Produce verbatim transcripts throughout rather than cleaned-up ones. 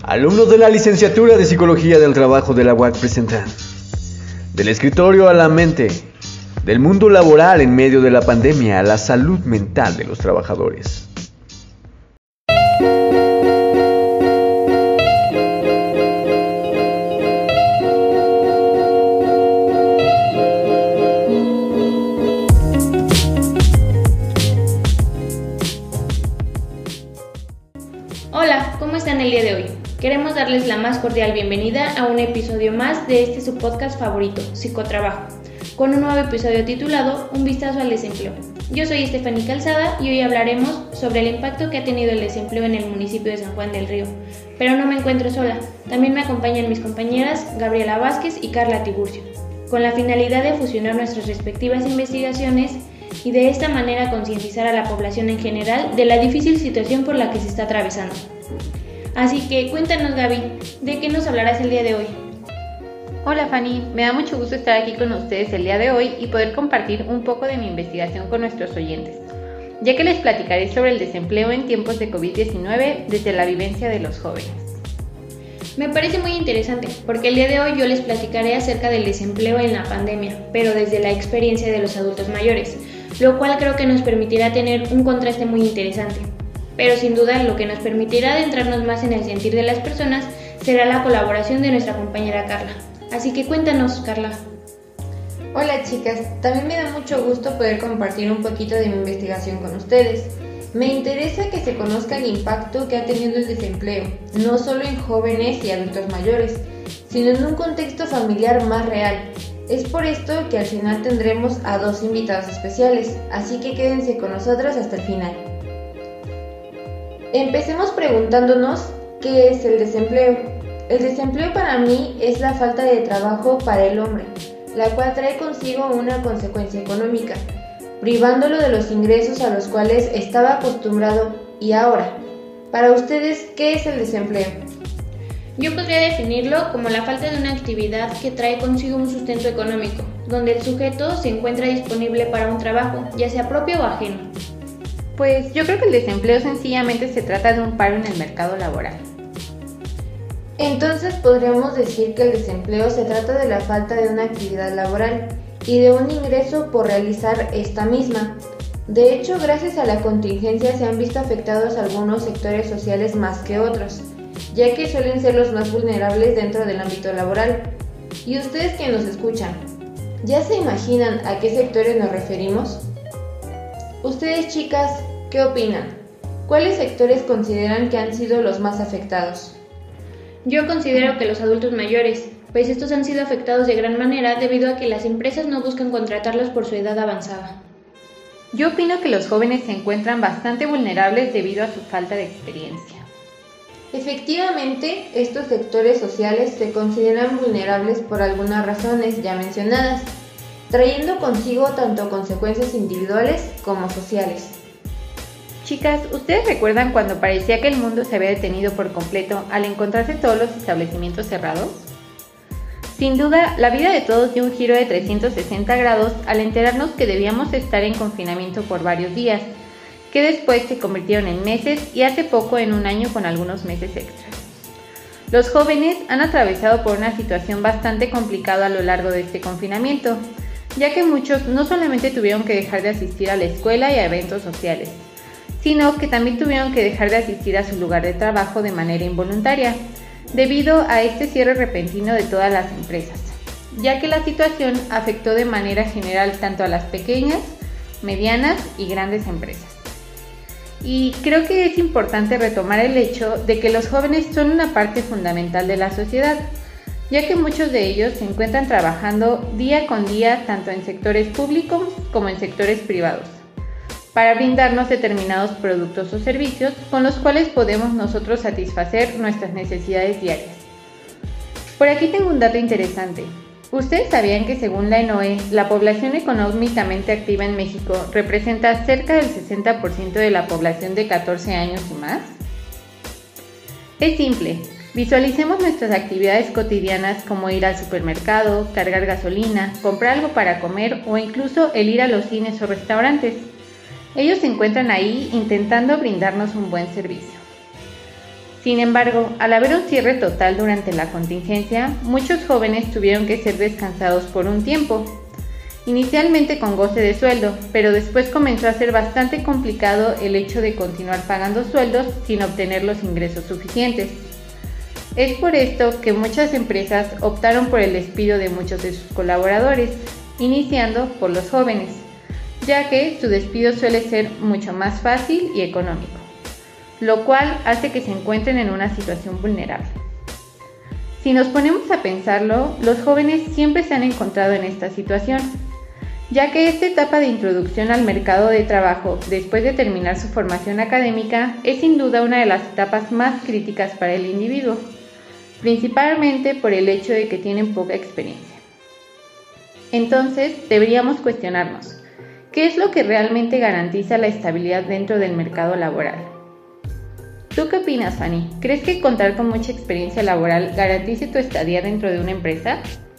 Alumnos de la licenciatura de Psicología del Trabajo de la U A C presentan Del escritorio a la mente, del mundo laboral en medio de la pandemia a la salud mental de los trabajadores. Hola, ¿cómo están el día de hoy? Queremos darles la más cordial bienvenida a un episodio más de este su podcast favorito, Psicotrabajo, con un nuevo episodio titulado Un vistazo al desempleo. Yo soy Estefanía Calzada y hoy hablaremos sobre el impacto que ha tenido el desempleo en el municipio de San Juan del Río. Pero no me encuentro sola, también me acompañan mis compañeras Gabriela Vázquez y Carla Tiburcio, con la finalidad de fusionar nuestras respectivas investigaciones y de esta manera concientizar a la población en general de la difícil situación por la que se está atravesando. Así que cuéntanos, Gaby, ¿de qué nos hablarás el día de hoy? Hola Fanny, me da mucho gusto estar aquí con ustedes el día de hoy y poder compartir un poco de mi investigación con nuestros oyentes, ya que les platicaré sobre el desempleo en tiempos de covid diecinueve desde la vivencia de los jóvenes. Me parece muy interesante, porque el día de hoy yo les platicaré acerca del desempleo en la pandemia, pero desde la experiencia de los adultos mayores, lo cual creo que nos permitirá tener un contraste muy interesante. Pero sin duda lo que nos permitirá adentrarnos más en el sentir de las personas será la colaboración de nuestra compañera Carla. Así que cuéntanos, Carla. Hola chicas, también me da mucho gusto poder compartir un poquito de mi investigación con ustedes. Me interesa que se conozca el impacto que ha tenido el desempleo, no solo en jóvenes y adultos mayores, sino en un contexto familiar más real. Es por esto que al final tendremos a dos invitados especiales, así que quédense con nosotros hasta el final. Empecemos preguntándonos ¿qué es el desempleo? El desempleo para mí es la falta de trabajo para el hombre, la cual trae consigo una consecuencia económica, privándolo de los ingresos a los cuales estaba acostumbrado. Y ahora, para ustedes, ¿qué es el desempleo? Yo podría definirlo como la falta de una actividad que trae consigo un sustento económico, donde el sujeto se encuentra disponible para un trabajo, ya sea propio o ajeno. Pues yo creo que el desempleo sencillamente se trata de un paro en el mercado laboral. Entonces podríamos decir que el desempleo se trata de la falta de una actividad laboral y de un ingreso por realizar esta misma. De hecho, gracias a la contingencia se han visto afectados algunos sectores sociales más que otros, ya que suelen ser los más vulnerables dentro del ámbito laboral. Y ustedes que nos escuchan, ¿ya se imaginan a qué sectores nos referimos? Ustedes chicas, ¿qué opinan? ¿Cuáles sectores consideran que han sido los más afectados? Yo considero que los adultos mayores, pues estos han sido afectados de gran manera debido a que las empresas no buscan contratarlos por su edad avanzada. Yo opino que los jóvenes se encuentran bastante vulnerables debido a su falta de experiencia. Efectivamente, estos sectores sociales se consideran vulnerables por algunas razones ya mencionadas, trayendo consigo tanto consecuencias individuales como sociales. Chicas, ¿ustedes recuerdan cuando parecía que el mundo se había detenido por completo al encontrarse todos los establecimientos cerrados? Sin duda, la vida de todos dio un giro de trescientos sesenta grados al enterarnos que debíamos estar en confinamiento por varios días, que después se convirtieron en meses y hace poco en un año con algunos meses extras. Los jóvenes han atravesado por una situación bastante complicada a lo largo de este confinamiento, ya que muchos no solamente tuvieron que dejar de asistir a la escuela y a eventos sociales, sino que también tuvieron que dejar de asistir a su lugar de trabajo de manera involuntaria, debido a este cierre repentino de todas las empresas, ya que la situación afectó de manera general tanto a las pequeñas, medianas y grandes empresas. Y creo que es importante retomar el hecho de que los jóvenes son una parte fundamental de la sociedad, ya que muchos de ellos se encuentran trabajando día con día tanto en sectores públicos como en sectores privados, para brindarnos determinados productos o servicios con los cuales podemos nosotros satisfacer nuestras necesidades diarias. Por aquí tengo un dato interesante. ¿Ustedes sabían que según la E N O E, la población económicamente activa en México representa cerca del sesenta por ciento de la población de catorce años y más? Es simple. Visualicemos nuestras actividades cotidianas como ir al supermercado, cargar gasolina, comprar algo para comer o incluso el ir a los cines o restaurantes. Ellos se encuentran ahí intentando brindarnos un buen servicio. Sin embargo, al haber un cierre total durante la contingencia, muchos jóvenes tuvieron que ser descansados por un tiempo. Inicialmente con goce de sueldo, pero después comenzó a ser bastante complicado el hecho de continuar pagando sueldos sin obtener los ingresos suficientes. Es por esto que muchas empresas optaron por el despido de muchos de sus colaboradores, iniciando por los jóvenes, ya que su despido suele ser mucho más fácil y económico, lo cual hace que se encuentren en una situación vulnerable. Si nos ponemos a pensarlo, los jóvenes siempre se han encontrado en esta situación, ya que esta etapa de introducción al mercado de trabajo después de terminar su formación académica es sin duda una de las etapas más críticas para el individuo, principalmente por el hecho de que tienen poca experiencia. Entonces, deberíamos cuestionarnos, ¿qué es lo que realmente garantiza la estabilidad dentro del mercado laboral? ¿Tú qué opinas, Fanny? ¿Crees que contar con mucha experiencia laboral garantice tu estadía dentro de una empresa?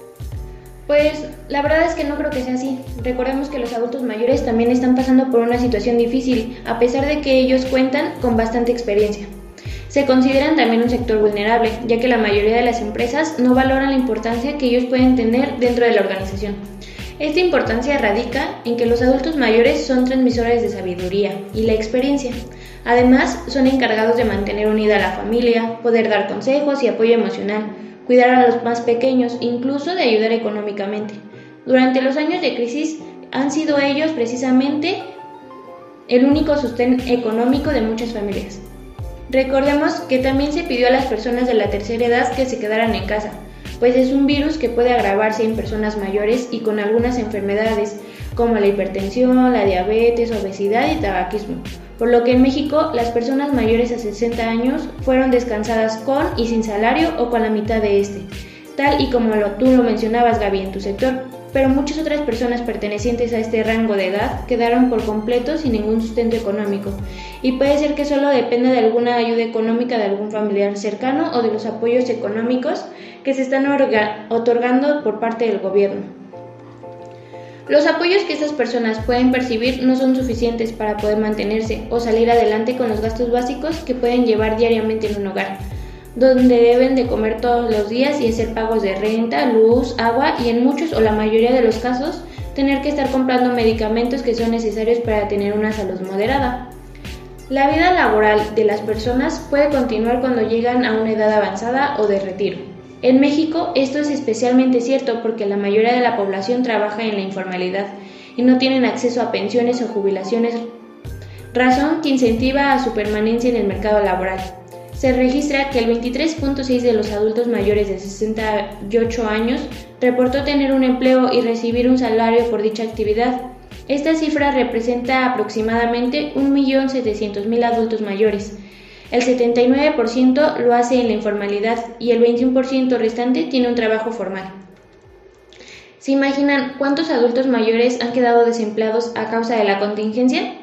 Pues la verdad es que no creo que sea así. Recordemos que los adultos mayores también están pasando por una situación difícil, a pesar de que ellos cuentan con bastante experiencia. Se consideran también un sector vulnerable, ya que la mayoría de las empresas no valoran la importancia que ellos pueden tener dentro de la organización. Esta importancia radica en que los adultos mayores son transmisores de sabiduría y la experiencia. Además, son encargados de mantener unida a la familia, poder dar consejos y apoyo emocional, cuidar a los más pequeños, incluso de ayudar económicamente. Durante los años de crisis han sido ellos precisamente el único sostén económico de muchas familias. Recordemos que también se pidió a las personas de la tercera edad que se quedaran en casa, pues es un virus que puede agravarse en personas mayores y con algunas enfermedades como la hipertensión, la diabetes, obesidad y tabaquismo, por lo que en México las personas mayores a sesenta años fueron descansadas con y sin salario o con la mitad de este, tal y como lo, tú lo mencionabas, Gaby, en tu sector, pero muchas otras personas pertenecientes a este rango de edad quedaron por completo sin ningún sustento económico, y puede ser que solo dependa de alguna ayuda económica de algún familiar cercano o de los apoyos económicos que se están otorgando por parte del gobierno. Los apoyos que estas personas pueden percibir no son suficientes para poder mantenerse o salir adelante con los gastos básicos que pueden llevar diariamente en un hogar, donde deben de comer todos los días y hacer pagos de renta, luz, agua y en muchos o la mayoría de los casos tener que estar comprando medicamentos que son necesarios para tener una salud moderada. La vida laboral de las personas puede continuar cuando llegan a una edad avanzada o de retiro. En México esto es especialmente cierto porque la mayoría de la población trabaja en la informalidad y no tienen acceso a pensiones o jubilaciones, razón que incentiva a su permanencia en el mercado laboral. Se registra que el veintitrés punto seis por ciento de los adultos mayores de sesenta y ocho años reportó tener un empleo y recibir un salario por dicha actividad. Esta cifra representa aproximadamente un millón setecientos mil adultos mayores. El setenta y nueve por ciento lo hace en la informalidad y el veintiuno por ciento restante tiene un trabajo formal. ¿Se imaginan cuántos adultos mayores han quedado desempleados a causa de la contingencia?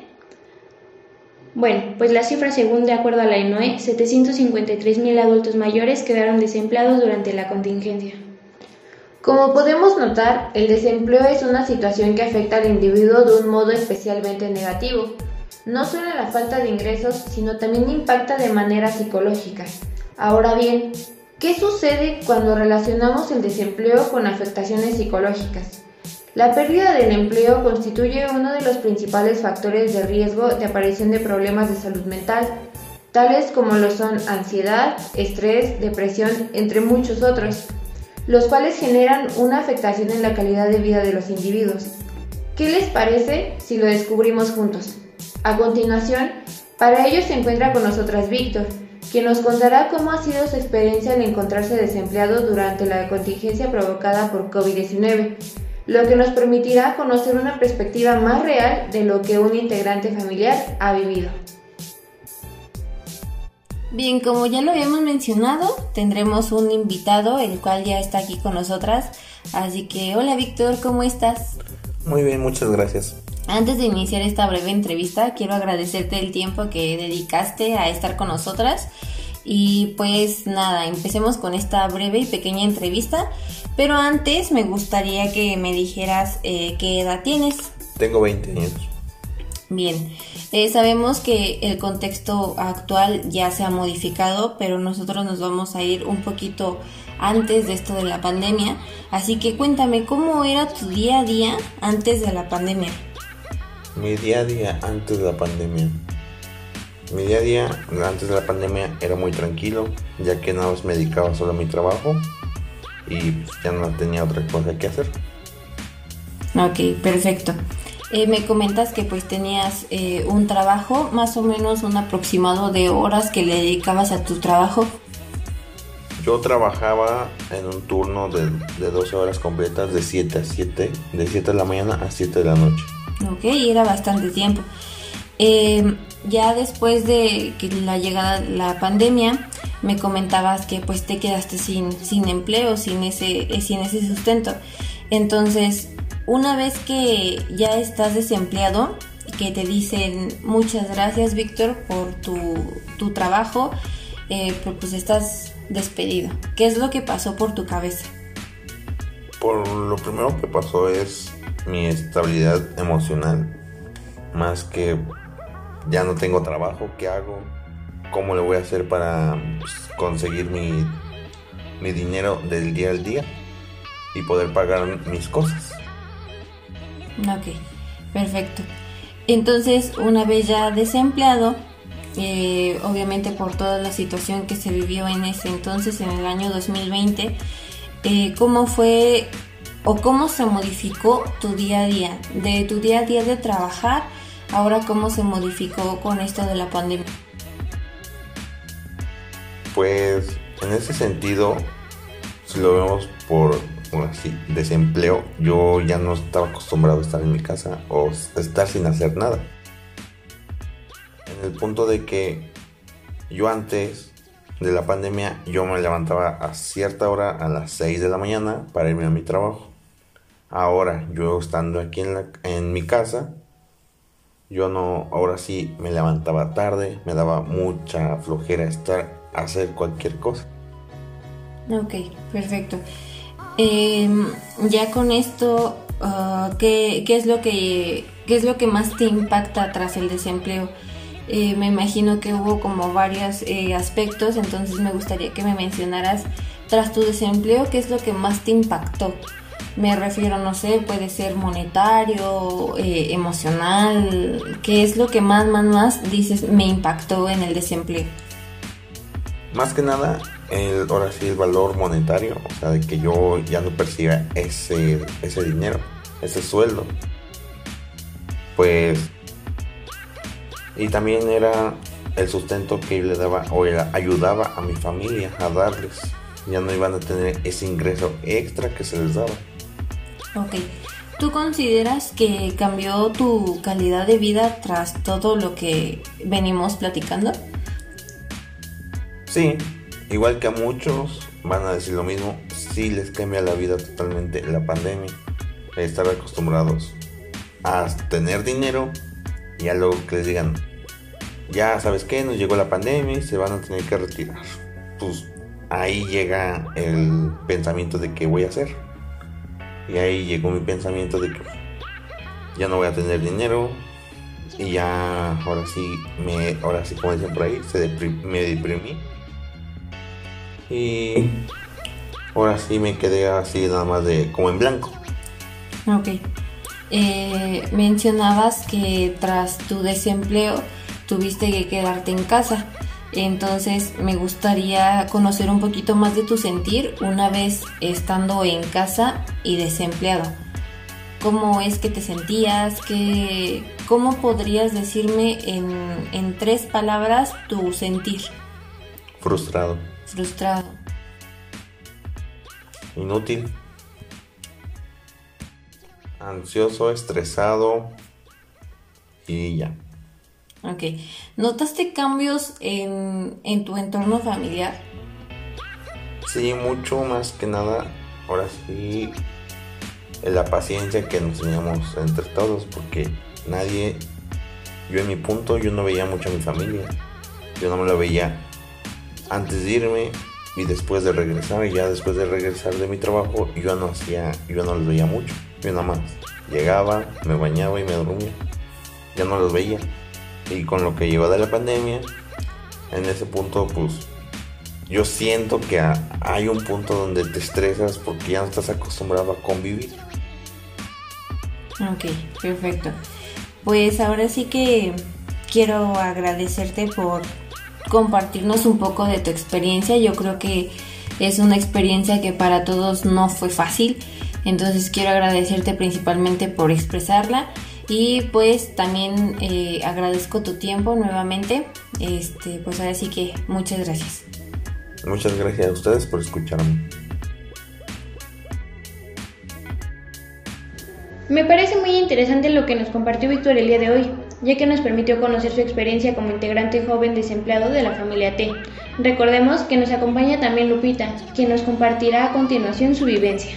Bueno, pues la cifra, según de acuerdo a la E N O E, setecientos cincuenta y tres mil adultos mayores quedaron desempleados durante la contingencia. Como podemos notar, el desempleo es una situación que afecta al individuo de un modo especialmente negativo. No solo la falta de ingresos, sino también impacta de manera psicológica. Ahora bien, ¿qué sucede cuando relacionamos el desempleo con afectaciones psicológicas? La pérdida del empleo constituye uno de los principales factores de riesgo de aparición de problemas de salud mental, tales como lo son ansiedad, estrés, depresión, entre muchos otros, los cuales generan una afectación en la calidad de vida de los individuos. ¿Qué les parece si lo descubrimos juntos? A continuación, para ello se encuentra con nosotras Víctor, quien nos contará cómo ha sido su experiencia al encontrarse desempleado durante la contingencia provocada por COVID diecinueve, lo que nos permitirá conocer una perspectiva más real de lo que un integrante familiar ha vivido. Bien, como ya lo habíamos mencionado, tendremos un invitado, el cual ya está aquí con nosotras. Así que, hola Víctor, ¿cómo estás? Muy bien, muchas gracias. Antes de iniciar esta breve entrevista, quiero agradecerte el tiempo que dedicaste a estar con nosotras. Y pues nada, empecemos con esta breve y pequeña entrevista. Pero antes me gustaría que me dijeras eh, qué edad tienes. Tengo veinte años. Bien, Eh, sabemos que el contexto actual ya se ha modificado, pero nosotros nos vamos a ir un poquito antes de esto de la pandemia. Así que cuéntame, ¿cómo era tu día a día antes de la pandemia? Mi día a día antes de la pandemia. Mi día a día antes de la pandemia era muy tranquilo, ya que nada más me dedicaba solo a mi trabajo y pues, ya no tenía otra cosa que hacer. Ok, perfecto. Eh, me comentas que pues tenías eh, un trabajo, más o menos un aproximado de horas que le dedicabas a tu trabajo. Yo trabajaba en un turno de, de doce horas completas, de siete a siete, de siete de la mañana a siete de la noche. Ok, era bastante tiempo. Eh, ya después de que la llegada de la pandemia, me comentabas que pues te quedaste sin, sin empleo, sin ese, sin ese sustento. Entonces, una vez que ya estás desempleado, que te dicen muchas gracias, Víctor, por tu, tu trabajo, eh, pues estás despedido. ¿Qué es lo que pasó por tu cabeza? Por lo primero que pasó es mi estabilidad emocional, más que ya no tengo trabajo, ¿qué hago? ¿Cómo le voy a hacer para pues, conseguir mi, mi dinero del día al día y poder pagar mis cosas? Ok, perfecto. Entonces, una vez ya desempleado, eh, obviamente por toda la situación que se vivió en ese entonces, en el año dos mil veinte, eh, ¿cómo fue o cómo se modificó tu día a día? De tu día a día de trabajar, ahora cómo se modificó con esto de la pandemia. Pues en ese sentido, si lo vemos por así, desempleo, yo ya no estaba acostumbrado a estar en mi casa o estar sin hacer nada. En el punto de que yo antes de la pandemia, yo me levantaba a cierta hora, a las seis de la mañana, para irme a mi trabajo. Ahora, yo estando aquí en, la, en mi casa, yo no, ahora sí me levantaba tarde, me daba mucha flojera estar, hacer cualquier cosa. Ok, perfecto. Eh, ya con esto, uh, ¿qué, qué es lo que qué es lo que más te impacta tras el desempleo? Eh, me imagino que hubo como varios eh, aspectos, entonces me gustaría que me mencionaras tras tu desempleo, ¿qué es lo que más te impactó? Me refiero, no sé, puede ser monetario, eh, emocional, ¿qué es lo que más, más, más dices me impactó en el desempleo? Más que nada, el, ahora sí el valor monetario, o sea, de que yo ya no perciba ese, ese dinero, ese sueldo. Pues, y también era el sustento que yo le daba o era, ayudaba a mi familia a darles. Ya no iban a tener ese ingreso extra que se les daba. Ok. ¿Tú consideras que cambió tu calidad de vida tras todo lo que venimos platicando? Sí, igual que a muchos van a decir lo mismo, sí les cambia la vida totalmente la pandemia, estar acostumbrados a tener dinero y a luego que les digan, ya sabes qué, nos llegó la pandemia y se van a tener que retirar. Pues ahí llega el pensamiento de qué voy a hacer. Y ahí llegó mi pensamiento de que ya no voy a tener dinero y ya ahora sí, me, ahora sí como dicen por ahí, se deprim- me deprimí. Y ahora sí me quedé así nada más de como en blanco. Ok. Eh, mencionabas que tras tu desempleo tuviste que quedarte en casa. Entonces me gustaría conocer un poquito más de tu sentir una vez estando en casa y desempleado. ¿Cómo es que te sentías? ¿Qué, ¿Cómo podrías decirme en, en tres palabras tu sentir? Frustrado. Frustrado. Inútil. Ansioso, estresado y ya. Ok. ¿Notaste cambios en, en tu entorno familiar? Sí, mucho más que nada. Ahora sí, la paciencia que nos teníamos entre todos, porque nadie, yo en mi punto, yo no veía mucho a mi familia. Yo no me lo veía antes de irme y después de regresar, y ya después de regresar de mi trabajo, yo no hacía, yo no los veía mucho. Yo nada más llegaba, me bañaba y me dormía. Ya no los veía. y con lo que lleva de la pandemia, en ese punto pues yo siento que hay un punto donde te estresas porque ya no estás acostumbrado a convivir. Ok, perfecto. Pues ahora sí que quiero agradecerte por compartirnos un poco de tu experiencia. Yo creo que es una experiencia que para todos no fue fácil, entonces quiero agradecerte principalmente por expresarla y pues también eh, agradezco tu tiempo nuevamente. Este, pues ahora sí que muchas gracias. Muchas gracias a ustedes por escucharme. Me parece muy interesante lo que nos compartió Víctor el día de hoy, ya que nos permitió conocer su experiencia como integrante joven desempleado de la familia T. Recordemos que nos acompaña también Lupita, quien nos compartirá a continuación su vivencia.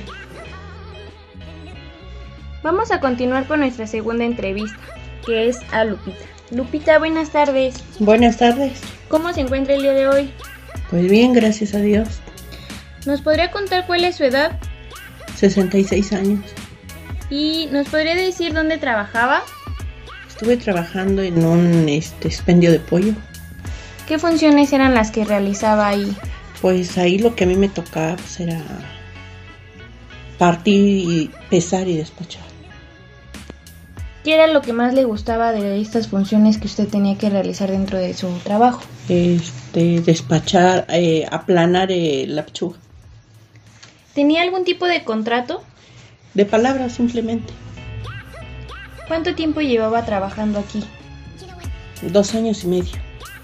Vamos a continuar con nuestra segunda entrevista, que es a Lupita. Lupita, buenas tardes. Buenas tardes. ¿Cómo se encuentra el día de hoy? Pues bien, gracias a Dios. ¿Nos podría contar cuál es su edad? sesenta y seis años. ¿Y nos podría decir dónde trabajaba? Estuve trabajando en un este, expendio de pollo. ¿Qué funciones eran las que realizaba ahí? Pues ahí lo que a mí me tocaba pues, era partir, y pesar y despachar. ¿Qué era lo que más le gustaba de estas funciones que usted tenía que realizar dentro de su trabajo? Este, despachar, eh, aplanar eh, la pechuga. ¿Tenía algún tipo de contrato? De palabras simplemente. ¿Cuánto tiempo llevaba trabajando aquí? Dos años y medio.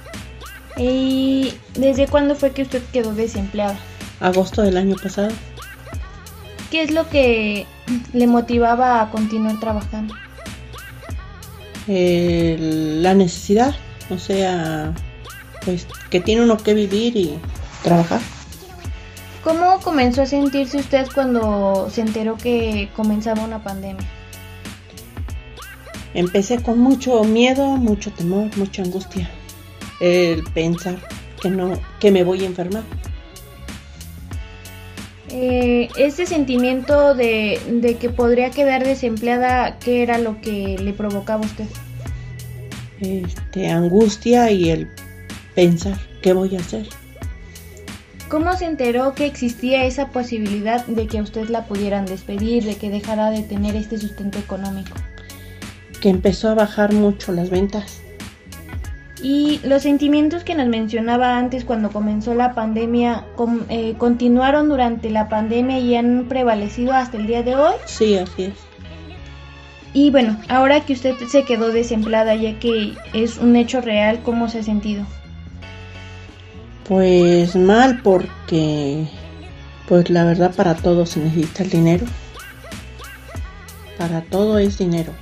¿Y desde cuándo fue que usted quedó desempleada? Agosto del año pasado. ¿Qué es lo que le motivaba a continuar trabajando? Eh, la necesidad, o sea, pues que tiene uno que vivir y trabajar. ¿Cómo comenzó a sentirse usted cuando se enteró que comenzaba una pandemia? Empecé con mucho miedo, mucho temor, mucha angustia. El pensar que no, que me voy a enfermar. Eh, este sentimiento de, de que podría quedar desempleada, ¿qué era lo que le provocaba a usted? Este, angustia y el pensar qué voy a hacer. ¿Cómo se enteró que existía esa posibilidad de que a usted la pudieran despedir, de que dejara de tener este sustento económico? Que empezó a bajar mucho las ventas. ¿Y los sentimientos que nos mencionaba antes cuando comenzó la pandemia com, eh, continuaron durante la pandemia y han prevalecido hasta el día de hoy? Sí, así es. Y bueno, ahora que usted se quedó desempleada, ya que es un hecho real, ¿cómo se ha sentido? Pues mal, porque pues la verdad para todo se necesita el dinero. Para todo es dinero.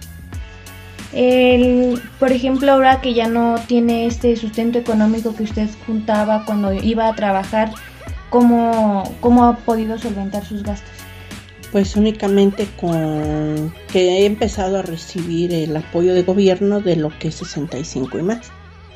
El, por ejemplo, ahora que ya no tiene este sustento económico que usted juntaba cuando iba a trabajar, ¿cómo, cómo ha podido solventar sus gastos? Pues únicamente con que he empezado a recibir el apoyo de gobierno de lo que es sesenta y cinco y más.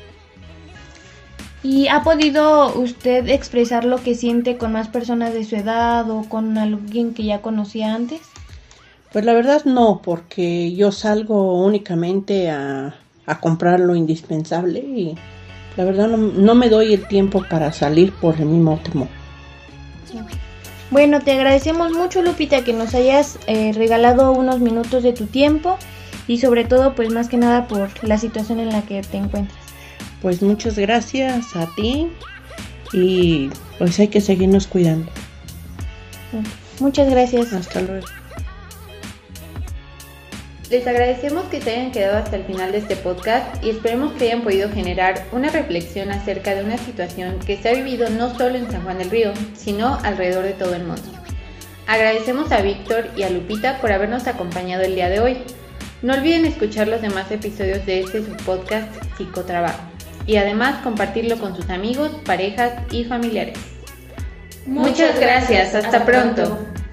¿Y ha podido usted expresar lo que siente con más personas de su edad o con alguien que ya conocía antes? Pues la verdad no, porque yo salgo únicamente a, a comprar lo indispensable y la verdad no, no me doy el tiempo para salir por el mismo temor. Bueno, te agradecemos mucho, Lupita, que nos hayas eh, regalado unos minutos de tu tiempo y sobre todo, pues más que nada por la situación en la que te encuentras. Pues muchas gracias a ti y pues hay que seguirnos cuidando. Muchas gracias. Hasta luego. Les agradecemos que se hayan quedado hasta el final de este podcast y esperemos que hayan podido generar una reflexión acerca de una situación que se ha vivido no solo en San Juan del Río, sino alrededor de todo el mundo. Agradecemos a Víctor y a Lupita por habernos acompañado el día de hoy. No olviden escuchar los demás episodios de este subpodcast Psicotrabajo y además compartirlo con sus amigos, parejas y familiares. Muchas gracias, hasta pronto.